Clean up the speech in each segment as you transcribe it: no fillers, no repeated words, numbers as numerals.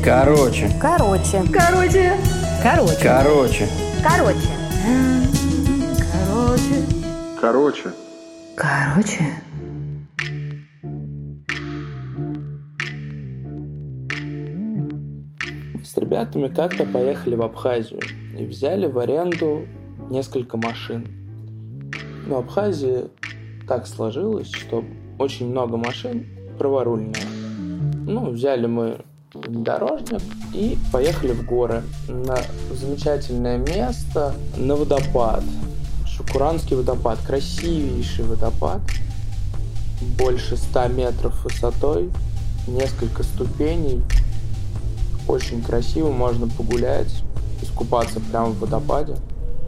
Короче. Короче. Короче. Короче. Короче. Короче. Короче. Короче. С ребятами как-то поехали в Абхазию и взяли в аренду несколько машин. Но в Абхазии так сложилось, что очень много машин праворульные. Взяли мы внедорожник и поехали в горы на замечательное место, на водопад. Шукуранский водопад, красивейший водопад, больше 100 метров высотой, несколько ступеней. Очень красиво, можно погулять, искупаться прямо в водопаде.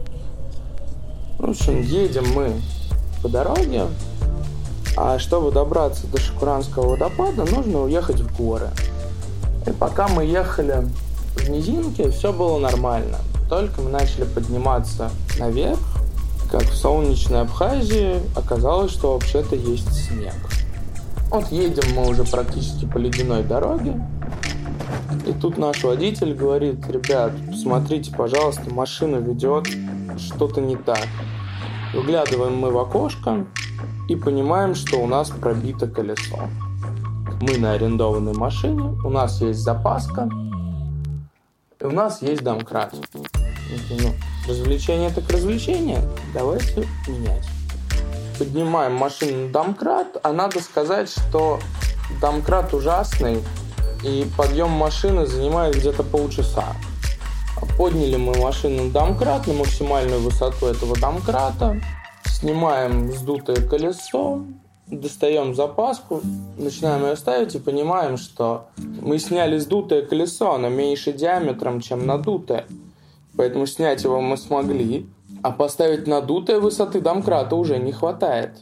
В общем, едем мы по дороге, а чтобы добраться до Шукуранского водопада, нужно уехать в горы. И пока мы ехали в низинке, все было нормально. Только мы начали подниматься наверх, как в солнечной Абхазии, оказалось, что вообще-то есть снег. Вот едем мы уже практически по ледяной дороге, и тут наш водитель говорит: ребят, посмотрите, пожалуйста, машина ведет что-то не так. Выглядываем мы в окошко и понимаем, что у нас пробито колесо. Мы на арендованной машине, у нас есть запаска, и у нас есть домкрат. Развлечение так развлечение, давайте менять. Поднимаем машину на домкрат, а надо сказать, что домкрат ужасный, и подъем машины занимает где-то полчаса. Подняли мы машину на домкрат, на максимальную высоту этого домкрата, снимаем сдутое колесо, достаем запаску, начинаем ее ставить и понимаем, что мы сняли сдутое колесо, оно меньше диаметром, чем надутое. Поэтому снять его мы смогли, а поставить надутое высоты домкрата уже не хватает.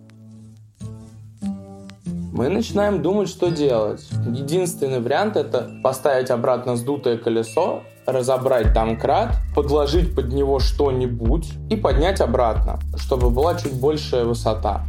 Мы начинаем думать, что делать. Единственный вариант — это поставить обратно сдутое колесо, разобрать домкрат, подложить под него что-нибудь и поднять обратно, чтобы была чуть большая высота.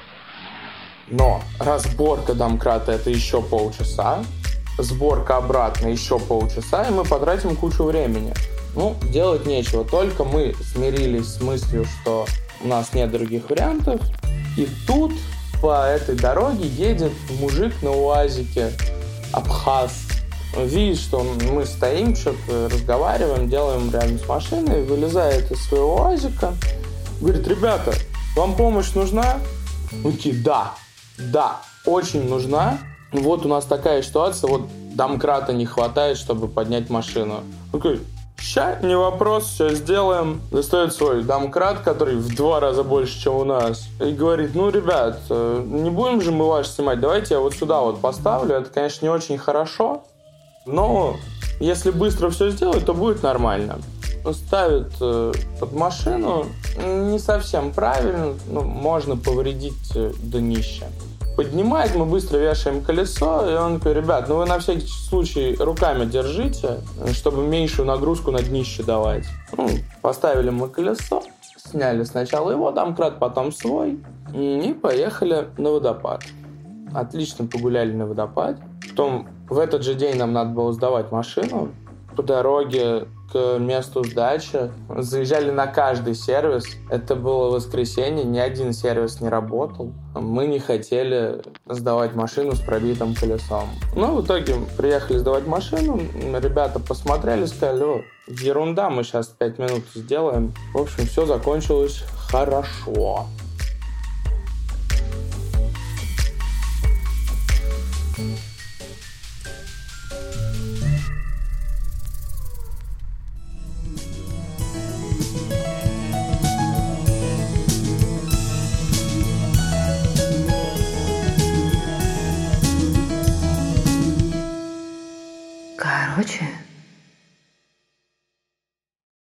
Но разборка домкрата — это еще полчаса, сборка обратно еще полчаса, и мы потратим кучу времени. Делать нечего, только мы смирились с мыслью, что у нас нет других вариантов, и тут по этой дороге едет мужик на УАЗике, абхаз. Видит, что мы стоим, что-то разговариваем, делаем рядом с машиной, вылезает из своего УАЗика, говорит: ребята, вам помощь нужна? Мы такие: да, очень нужна. Вот у нас такая ситуация, вот домкрата не хватает, чтобы поднять машину. Он такой: ща, не вопрос, все сделаем. Достает свой домкрат, который в 2 раза больше, чем у нас. И говорит: ребят, не будем же мы ваш снимать, давайте я вот сюда вот поставлю. Это, конечно, не очень хорошо, но если быстро все сделать, то будет нормально. Ставит под машину, не совсем правильно, можно повредить днище. Поднимает, мы быстро вешаем колесо, и он такой: ребят, вы на всякий случай руками держите, чтобы меньшую нагрузку на днище давать. Поставили мы колесо, сняли сначала его домкрат, потом свой, и поехали на водопад. Отлично погуляли на водопаде. Потом в этот же день нам надо было сдавать машину. По дороге к месту сдачи заезжали на каждый сервис. Это было воскресенье, ни один сервис не работал. Мы не хотели сдавать машину с пробитым колесом. В итоге приехали сдавать машину, ребята посмотрели, сказали: ерунда, мы сейчас 5 минут сделаем. В общем, все закончилось хорошо. Короче.